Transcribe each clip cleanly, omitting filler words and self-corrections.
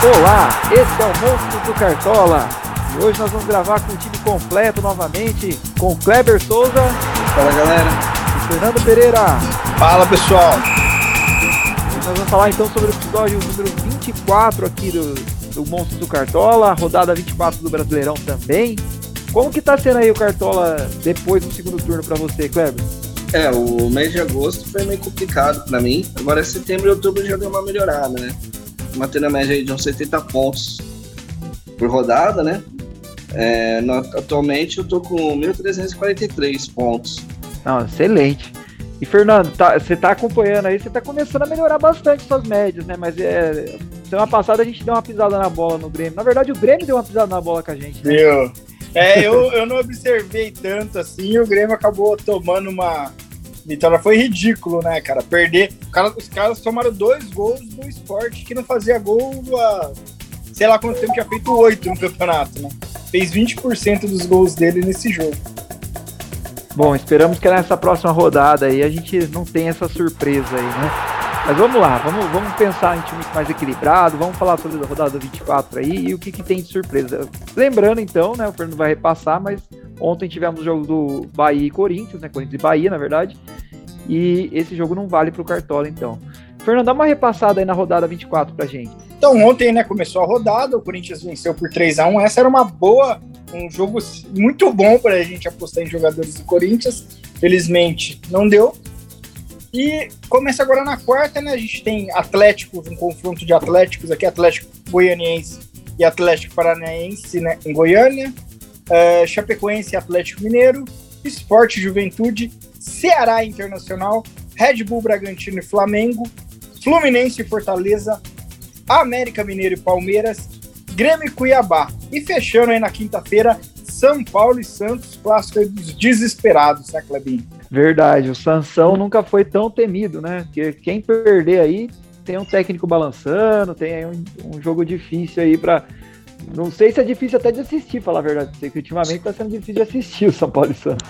Olá, esse é o Monstro do Cartola e hoje nós vamos gravar com o time completo novamente, com Kleber Souza. Fala galera. E Fernando Pereira. Fala pessoal. Nós vamos falar então sobre o episódio número 24 aqui do Monstro do Cartola, rodada 24 do Brasileirão também. Como que tá sendo aí o Cartola depois do segundo turno pra você, Kleber? O mês de agosto foi meio complicado pra mim. Agora setembro e outubro já deu uma melhorada, né? Mantendo a média aí de uns 70 pontos por rodada, né? Atualmente eu tô com 1.343 pontos. Não, excelente. E Fernando, você tá acompanhando aí, você tá começando a melhorar bastante suas médias, né? Mas semana passada a gente deu uma pisada na bola no Grêmio. Na verdade, o Grêmio deu uma pisada na bola com a gente, né? Eu não observei tanto assim, o Grêmio acabou tomando uma vitória. Foi ridículo, né, cara? Perder. Os caras tomaram 2 gols do Sport, que não fazia gol há sei lá quanto tempo, tinha feito 8 no campeonato, né? Fez 20% dos gols dele nesse jogo. Bom, esperamos que nessa próxima rodada aí a gente não tenha essa surpresa aí, né? Mas vamos lá, vamos pensar em time mais equilibrado, vamos falar sobre a rodada 24 aí e o que tem de surpresa. Lembrando então, né, o Fernando vai repassar, mas ontem tivemos o jogo do Bahia e Corinthians, né, Corinthians e Bahia, na verdade, e esse jogo não vale pro Cartola, então. Fernando, dá uma repassada aí na rodada 24 pra gente. Então, ontem, né, começou a rodada, o Corinthians venceu por 3-1, essa era um jogo muito bom pra gente apostar em jogadores do Corinthians, felizmente não deu. E começa agora na quarta, né? A gente tem Atlético, um confronto de Atléticos aqui, Atlético Goianiense e Atlético Paranaense, né, em Goiânia, Chapecoense e Atlético Mineiro, Sport Juventude, Ceará Internacional, Red Bull Bragantino e Flamengo, Fluminense e Fortaleza, América Mineiro e Palmeiras, Grêmio e Cuiabá. E fechando aí na quinta-feira, São Paulo e Santos, clássico dos desesperados, né, Clebinho? Verdade, o Sansão nunca foi tão temido, né? Porque quem perder aí tem um técnico balançando, tem aí um jogo difícil aí pra... Não sei se é difícil até de assistir, falar a verdade. Sei que ultimamente tá sendo difícil de assistir o São Paulo e Santos.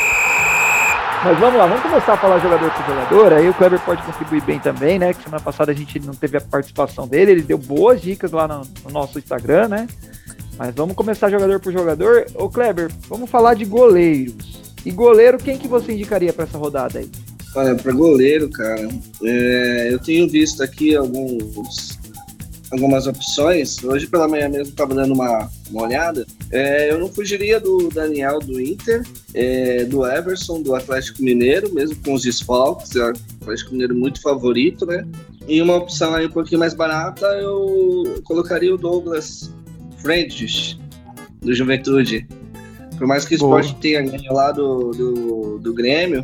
Mas vamos lá, vamos começar a falar jogador por jogador. Aí o Kleber pode contribuir bem também, né? Que semana passada a gente não teve a participação dele, ele deu boas dicas lá no nosso Instagram, né? Mas vamos começar jogador por jogador. Ô Kleber, vamos falar de goleiros. E goleiro, quem que você indicaria para essa rodada aí? Olha, para goleiro, cara, eu tenho visto aqui algumas opções. Hoje pela manhã mesmo estava dando uma olhada. Eu não fugiria do Daniel do Inter, do Everson, do Atlético Mineiro, mesmo com os desfalques. O Atlético Mineiro muito favorito, né? E uma opção aí um pouquinho mais barata, eu colocaria o Douglas Friedrich, do Juventude. Por mais que o Sport tenha ganho lá do Grêmio,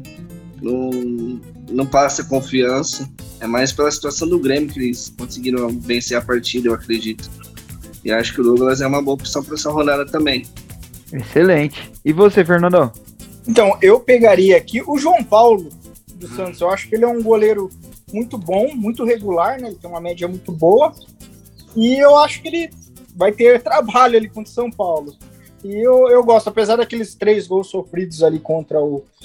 não passa confiança. É mais pela situação do Grêmio que eles conseguiram vencer a partida, eu acredito. E acho que o Douglas é uma boa opção para essa rodada também. Excelente. E você, Fernandão? Então, eu pegaria aqui o João Paulo do Santos. Eu acho que ele é um goleiro muito bom, muito regular, né? Ele tem uma média muito boa. E eu acho que ele vai ter trabalho ali contra o São Paulo. E eu gosto, apesar daqueles 3 gols sofridos ali contra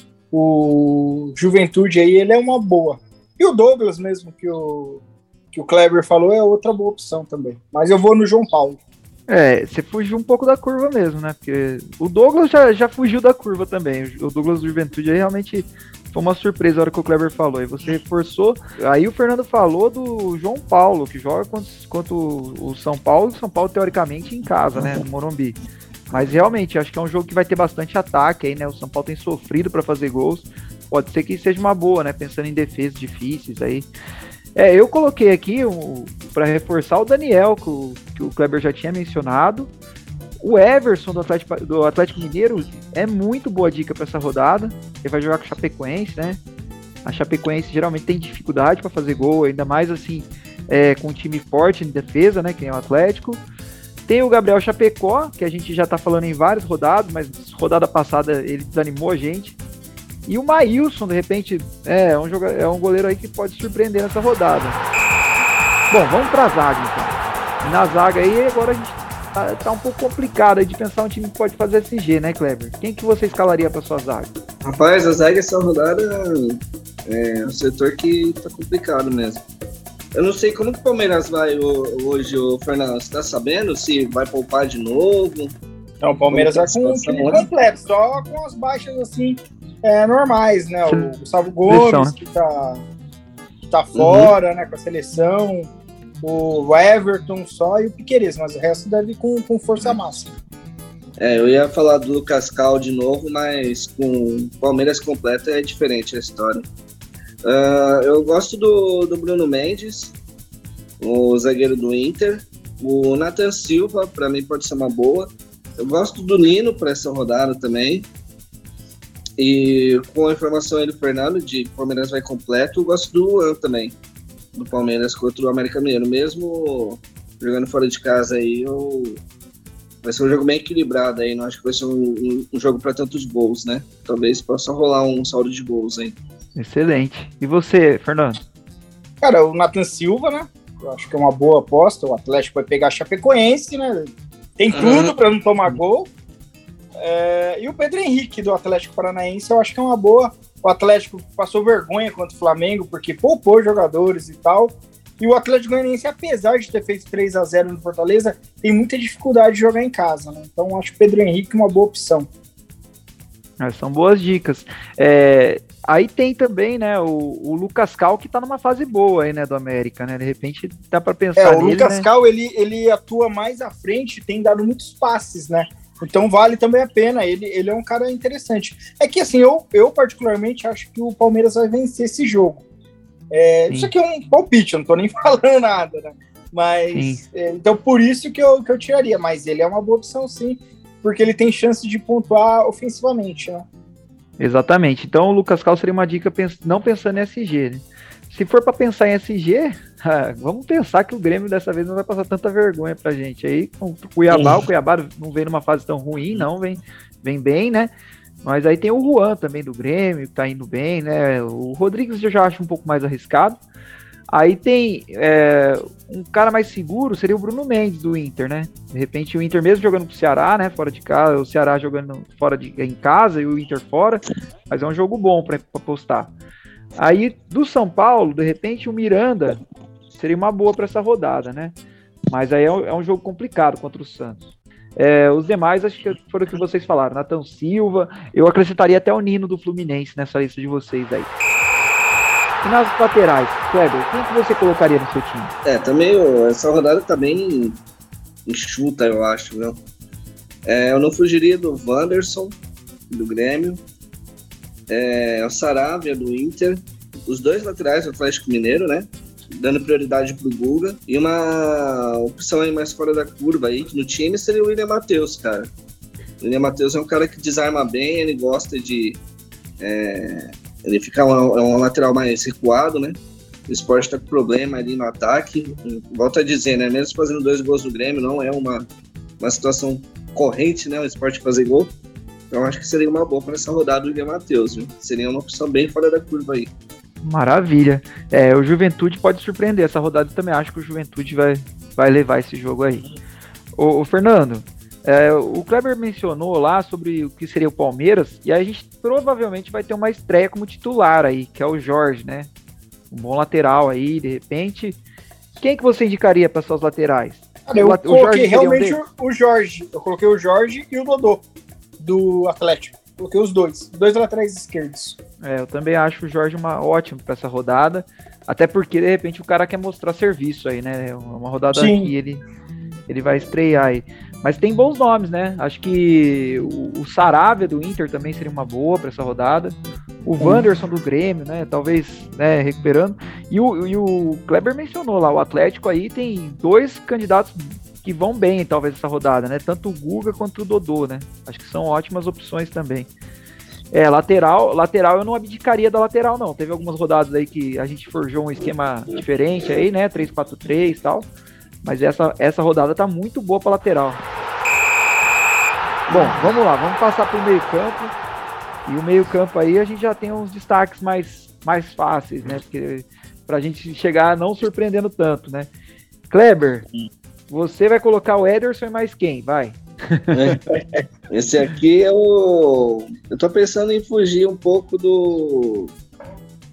o Juventude aí, ele é uma boa. E o Douglas mesmo, que o Kleber falou, é outra boa opção também. Mas eu vou no João Paulo. Você fugiu um pouco da curva mesmo, né? Porque o Douglas já fugiu da curva também. O Douglas do Juventude aí realmente foi uma surpresa a hora que o Kleber falou. E você reforçou. Aí o Fernando falou do João Paulo, que joga contra o São Paulo. O São Paulo, teoricamente, em casa, né? No Morumbi. Mas realmente, acho que é um jogo que vai ter bastante ataque aí, né? O São Paulo tem sofrido para fazer gols. Pode ser que seja uma boa, né? Pensando em defesas difíceis aí. Eu coloquei aqui para reforçar o Daniel, que o Kleber já tinha mencionado. O Everson do Atlético Mineiro é muito boa dica para essa rodada. Ele vai jogar com a Chapecoense, né? A Chapecoense geralmente tem dificuldade para fazer gol, ainda mais assim, com um time forte em defesa, né? Que é o Atlético. Tem o Gabriel Chapecó, que a gente já tá falando em várias rodadas, mas rodada passada ele desanimou a gente. E o Maílson, de repente, é um goleiro aí que pode surpreender nessa rodada. Bom, vamos pra zaga, então. E na zaga aí, agora a gente tá um pouco complicado aí de pensar um time que pode fazer SG, né, Kleber? Quem que você escalaria pra sua zaga? Rapaz, a zaga essa rodada é um setor que tá complicado mesmo. Eu não sei como que o Palmeiras vai hoje, o Fernando. Você tá sabendo se vai poupar de novo? Não, o Palmeiras vai com um time completo, só com as baixas assim, normais, né? O Gustavo Gomes, que tá fora, né, com a seleção, o Everton só e o Piquerez, mas o resto deve ir com força máxima. Eu ia falar do Lucas Cal de novo, mas com o Palmeiras completo é diferente a história. Eu gosto do Bruno Mendes, o zagueiro do Inter. O Nathan Silva, para mim, pode ser uma boa. Eu gosto do Nino para essa rodada também. E com a informação aí do Fernando de que o Palmeiras vai completo, eu gosto do Luan também, do Palmeiras contra o América Mineiro. Mesmo jogando fora de casa aí, vai ser um jogo bem equilibrado aí. Não acho que vai ser um jogo para tantos gols, né? Talvez possa rolar um saldo de gols aí. Excelente. E você, Fernando? Cara, o Nathan Silva, né? Eu acho que é uma boa aposta. O Atlético vai pegar a Chapecoense, né? Tem tudo para não tomar gol. E o Pedro Henrique, do Atlético Paranaense, eu acho que é uma boa. O Atlético passou vergonha contra o Flamengo, porque poupou jogadores e tal. E o Atlético Goianiense, apesar de ter feito 3-0 no Fortaleza, tem muita dificuldade de jogar em casa, né? Então, acho o Pedro Henrique uma boa opção. São boas dicas. Aí tem também, né, o Lucas Cal, que tá numa fase boa aí, né, do América, né? De repente dá para pensar nele, o Lucas Cal, ele atua mais à frente, tem dado muitos passes, né? Então vale também a pena, ele é um cara interessante. É que assim, eu particularmente acho que o Palmeiras vai vencer esse jogo. Isso aqui é um palpite, eu não tô nem falando nada, né? Mas, então por isso que eu tiraria, mas ele é uma boa opção sim, porque ele tem chance de pontuar ofensivamente, né? Exatamente, então o Lucas Cal seria uma dica não pensando em SG, né? Se for para pensar em SG, vamos pensar que o Grêmio dessa vez não vai passar tanta vergonha pra gente. Aí com o Cuiabá não vem numa fase tão ruim, não, vem bem, né? Mas aí tem o Juan também do Grêmio, que tá indo bem, né? O Rodrigues eu já acho um pouco mais arriscado. Aí tem um cara mais seguro, seria o Bruno Mendes do Inter, né? De repente o Inter mesmo jogando pro Ceará, né? Fora de casa, o Ceará jogando em casa e o Inter fora, mas é um jogo bom para apostar. Aí do São Paulo, de repente o Miranda seria uma boa para essa rodada, né? Mas aí é um jogo complicado contra o Santos. Os demais, acho que foram o que vocês falaram. Nathan Silva, eu acrescentaria até o Nino do Fluminense nessa lista de vocês aí. E nas laterais, Kleber, quem que você colocaria no seu time? Também essa rodada tá bem enxuta, eu acho, viu? Eu não fugiria do Wanderson, do Grêmio, o Saravia, do Inter, os dois laterais do Atlético Mineiro, né? Dando prioridade pro Guga. E uma opção aí mais fora da curva aí no time seria o William Matheus, cara. O William Matheus é um cara que desarma bem, ele gosta de... ele fica um lateral mais recuado, né? O Sport tá com problema ali no ataque. Volto a dizer, né? Mesmo fazendo 2 gols no Grêmio, não é uma situação corrente, né? O Sport fazer gol. Então acho que seria uma boa para essa rodada do William Matheus, viu? Seria uma opção bem fora da curva aí. Maravilha. O Juventude pode surpreender. Essa rodada eu também acho que o Juventude vai levar esse jogo aí. O Fernando, o Kleber mencionou lá sobre o que seria o Palmeiras, e aí a gente provavelmente vai ter uma estreia como titular aí, que é o Jorge, né? Um bom lateral aí, de repente. Quem que você indicaria para suas laterais? Eu coloquei realmente o Jorge. Eu coloquei o Jorge e o Dodô, do Atlético. Coloquei os dois laterais esquerdos. Eu também acho o Jorge ótimo para essa rodada, até porque de repente o cara quer mostrar serviço aí, né? É uma rodada que ele vai estrear aí. Mas tem bons nomes, né? Acho que o Saravia do Inter também seria uma boa para essa rodada. O Wanderson do Grêmio, né? Talvez, né, recuperando. E o Kleber mencionou lá, o Atlético aí tem 2 candidatos que vão bem, talvez, essa rodada, né? Tanto o Guga quanto o Dodô, né? Acho que são ótimas opções também. Lateral eu não abdicaria da lateral, não. Teve algumas rodadas aí que a gente forjou um esquema diferente aí, né? 3-4-3 e tal. Mas essa rodada tá muito boa pra lateral. Bom, vamos lá, vamos passar pro meio-campo. E o meio-campo aí a gente já tem uns destaques mais fáceis, né? Porque pra gente chegar não surpreendendo tanto, né? Kleber, você vai colocar o Ederson e mais quem? Vai. Esse aqui eu tô pensando em fugir um pouco do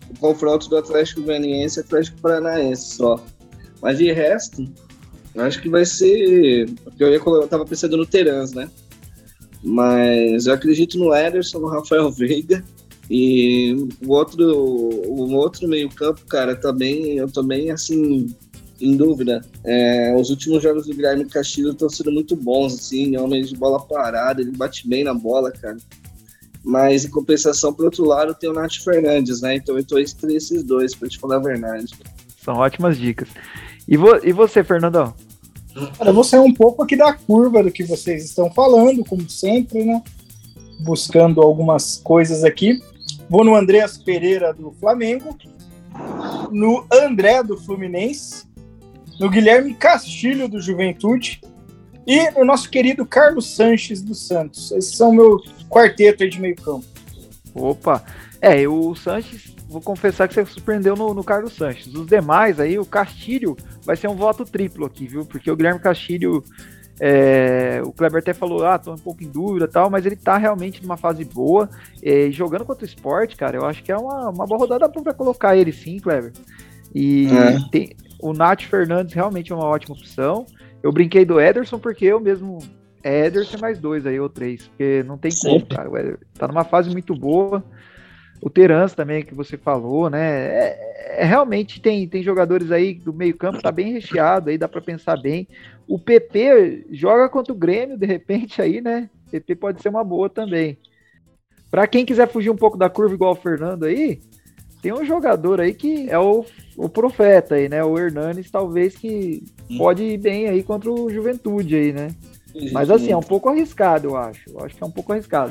o confronto do Atlético Goianiense e Atlético Paranaense só. Mas de resto, eu acho que vai ser... Eu tava pensando no Terans, né? Mas eu acredito no Ederson, no Rafael Veiga. E o outro meio campo, cara, eu tô bem, assim, em dúvida. Os últimos jogos do Guilherme Castilho estão sendo muito bons, assim, homem de bola parada, ele bate bem na bola, cara. Mas, em compensação, por outro lado, tem o Nath Fernandes, né? Então eu tô entre esses dois, pra te falar a verdade. São ótimas dicas. E você, Fernandão? Cara, eu vou sair um pouco aqui da curva do que vocês estão falando, como sempre, né? Buscando algumas coisas aqui. Vou no Andreas Pereira do Flamengo, no André do Fluminense, no Guilherme Castilho do Juventude e no nosso querido Carlos Sanches do Santos. Esses são o meu quarteto aí de meio campo. Opa! O Sanches, vou confessar que você surpreendeu no Carlos Sanches. Os demais aí, o Castilho vai ser um voto triplo aqui, viu? Porque o Guilherme Castilho, o Kleber até falou, tô um pouco em dúvida e tal, mas ele tá realmente numa fase boa. Jogando contra o Sport, cara, eu acho que é uma boa rodada pra colocar ele sim, Kleber. E o Nath Fernandes realmente é uma ótima opção. Eu brinquei do Ederson porque eu mesmo... Ederson mais 2 aí, ou 3, porque não tem como, cara. O Ederson tá numa fase muito boa. O Terans também, que você falou, né? Realmente tem jogadores aí do meio campo, tá bem recheado, aí dá pra pensar bem. O PP joga contra o Grêmio, de repente aí, né? O PP pode ser uma boa também. Pra quem quiser fugir um pouco da curva igual o Fernando aí, tem um jogador aí que é o profeta aí, né? O Hernanes, talvez, que pode ir bem aí contra o Juventude aí, né? Mas assim, é um pouco arriscado, eu acho. Eu acho que é um pouco arriscado.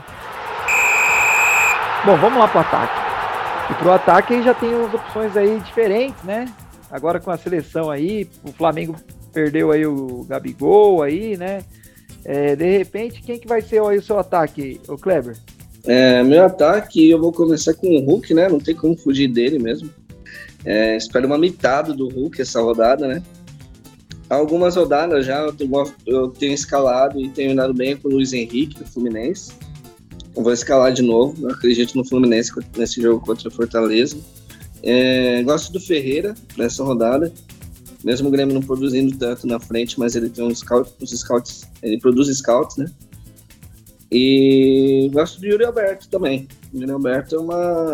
Bom, vamos lá pro ataque. E pro ataque aí já tem umas opções aí diferentes, né? Agora com a seleção aí, o Flamengo perdeu aí o Gabigol aí, né? De repente, quem que vai ser aí o seu ataque, o Kleber? Meu ataque, eu vou começar com o Hulk, né? Não tem como fugir dele mesmo. Espero uma mitada do Hulk essa rodada, né? Algumas rodadas já eu tenho escalado e tenho andado bem com o Luiz Henrique do Fluminense. Eu vou escalar de novo, eu acredito no Fluminense nesse jogo contra o Fortaleza. Gosto do Ferreira nessa rodada, mesmo o Grêmio não produzindo tanto na frente, mas ele tem uns scouts, ele produz scouts, né? E gosto do Yuri Alberto também. O Yuri Alberto é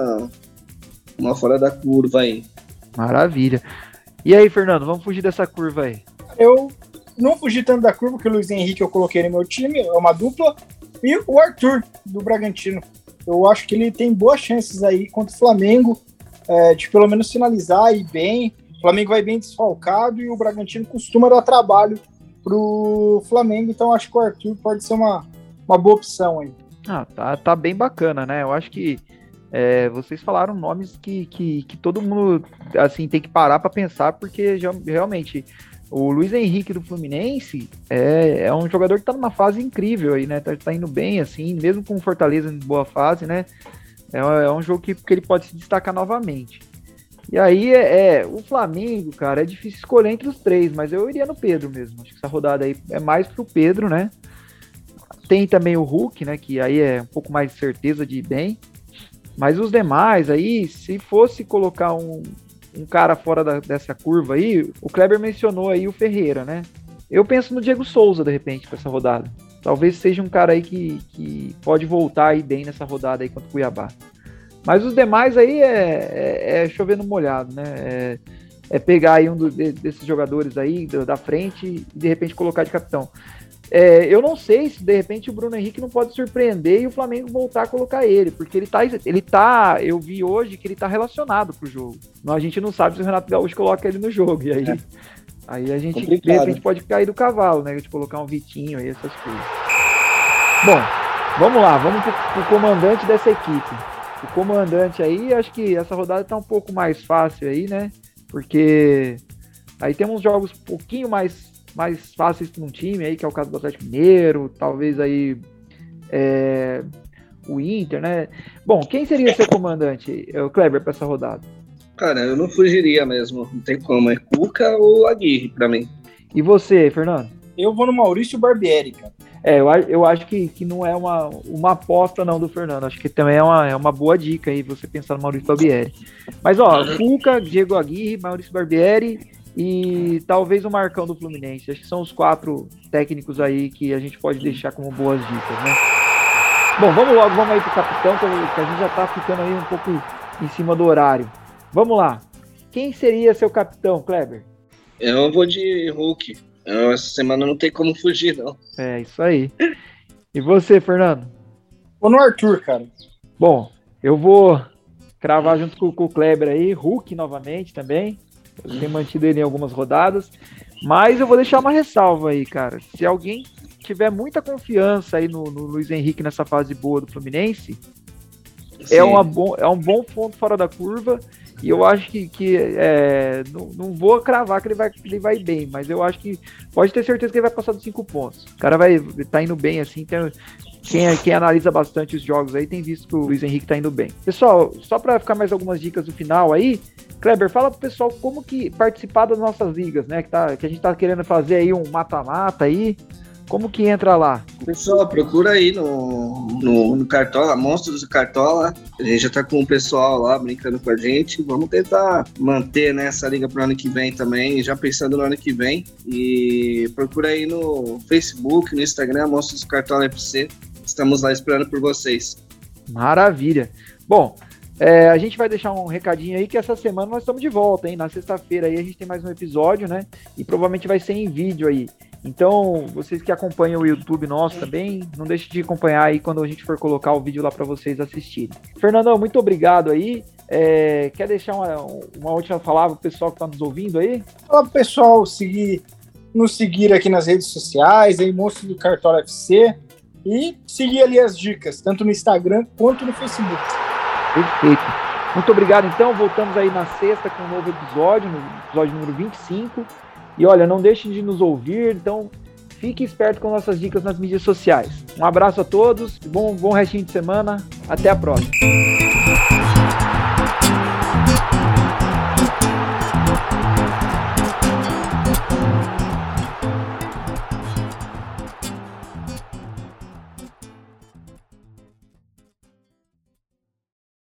uma fora da curva aí. Maravilha. E aí, Fernando, vamos fugir dessa curva aí? Eu não fugi tanto da curva, que o Luiz Henrique eu coloquei no meu time, é uma dupla, e o Arthur, do Bragantino. Eu acho que ele tem boas chances aí contra o Flamengo, de pelo menos finalizar e ir bem. O Flamengo vai bem desfalcado e o Bragantino costuma dar trabalho pro Flamengo, então acho que o Arthur pode ser uma boa opção aí. Tá bem bacana, né? Eu acho que vocês falaram nomes que todo mundo assim, tem que parar para pensar, porque realmente o Luiz Henrique do Fluminense é um jogador que tá numa fase incrível aí, né? Tá indo bem, assim, mesmo com o Fortaleza em boa fase, né? É um jogo que ele pode se destacar novamente. E aí, o Flamengo, cara, é difícil escolher entre os três, mas eu iria no Pedro mesmo. Acho que essa rodada aí é mais pro Pedro, né? Tem também o Hulk, né? Que aí é um pouco mais de certeza de ir bem. Mas os demais aí, se fosse colocar um cara fora dessa curva aí, o Kleber mencionou aí o Ferreira, né? Eu penso no Diego Souza, de repente, para essa rodada. Talvez seja um cara aí que pode voltar aí bem nessa rodada aí contra o Cuiabá. Mas os demais aí é chover no molhado, né? É pegar aí desses jogadores aí da frente e de repente colocar de capitão. Eu não sei se de repente o Bruno Henrique não pode surpreender e o Flamengo voltar a colocar ele, porque ele tá, eu vi hoje que ele tá relacionado pro jogo. A gente não sabe se o Renato Gaúcho coloca ele no jogo, e aí a gente complicado. De repente pode cair do cavalo, né, de colocar um Vitinho aí, essas coisas. Bom, vamos lá, vamos pro comandante dessa equipe. O comandante aí, acho que essa rodada tá um pouco mais fácil aí, né, porque aí temos jogos um pouquinho mais fáceis para um time aí, que é o caso do Atlético Mineiro, talvez aí o Inter, né? Bom, quem seria seu comandante, o Kleber, para essa rodada? Cara, eu não fugiria mesmo, não tem como, é Cuca ou Aguirre para mim. E você, Fernando? Eu vou no Maurício Barbieri, cara. Eu acho que não é uma aposta não do Fernando. Acho que também é uma boa dica aí você pensar no Maurício Barbieri. Mas, ó, Cuca, Diego Aguirre, Maurício Barbieri e talvez o Marcão do Fluminense. Acho que são os 4 técnicos aí que a gente pode deixar como boas dicas, né? Bom, vamos aí pro capitão, que a gente já tá ficando aí um pouco em cima do horário. Vamos lá. Quem seria seu capitão, Kleber? Eu vou de Hulk. Essa semana não tem como fugir, não. É, isso aí. E você, Fernando? Vou no Arthur, cara. Bom, eu vou cravar junto com o Kleber aí, Hulk novamente também. Eu tenho mantido ele em algumas rodadas. Mas eu vou deixar uma ressalva aí, cara. Se alguém tiver muita confiança aí no Luiz Henrique nessa fase boa do Fluminense, é um bom ponto fora da curva. E eu acho que não vou cravar que ele vai bem, mas eu acho que pode ter certeza que ele vai passar dos 5 pontos. O cara tá indo bem assim. Quem analisa bastante os jogos aí tem visto que o Luiz Henrique tá indo bem. Pessoal, só para ficar mais algumas dicas no final aí, Kleber, fala pro pessoal como que participar das nossas ligas, né? Que a gente tá querendo fazer aí um mata-mata aí. Como que entra lá? Pessoal, procura aí no Cartola, Monstros do Cartola. A gente já tá com o pessoal lá brincando com a gente. Vamos tentar manter, né, essa liga pro ano que vem também, já pensando no ano que vem. E procura aí no Facebook, no Instagram, Monstros do Cartola FC. Estamos lá esperando por vocês. Maravilha. Bom, a gente vai deixar um recadinho aí que essa semana nós estamos de volta, hein? Na sexta-feira aí a gente tem mais um episódio, né? E provavelmente vai ser em vídeo aí. Então, vocês que acompanham o YouTube nosso também, não deixe de acompanhar aí quando a gente for colocar o vídeo lá para vocês assistirem. Fernandão, muito obrigado aí. Quer deixar uma última palavra pro pessoal que está nos ouvindo aí? Fala pro pessoal nos seguir aqui nas redes sociais, aí Monstro do Cartola FC, e seguir ali as dicas, tanto no Instagram quanto no Facebook. Perfeito. Muito obrigado, então. Voltamos aí na sexta com um novo episódio, no episódio número 25. E olha, não deixem de nos ouvir, então fique esperto com nossas dicas nas mídias sociais. Um abraço a todos, bom restinho de semana, até a próxima.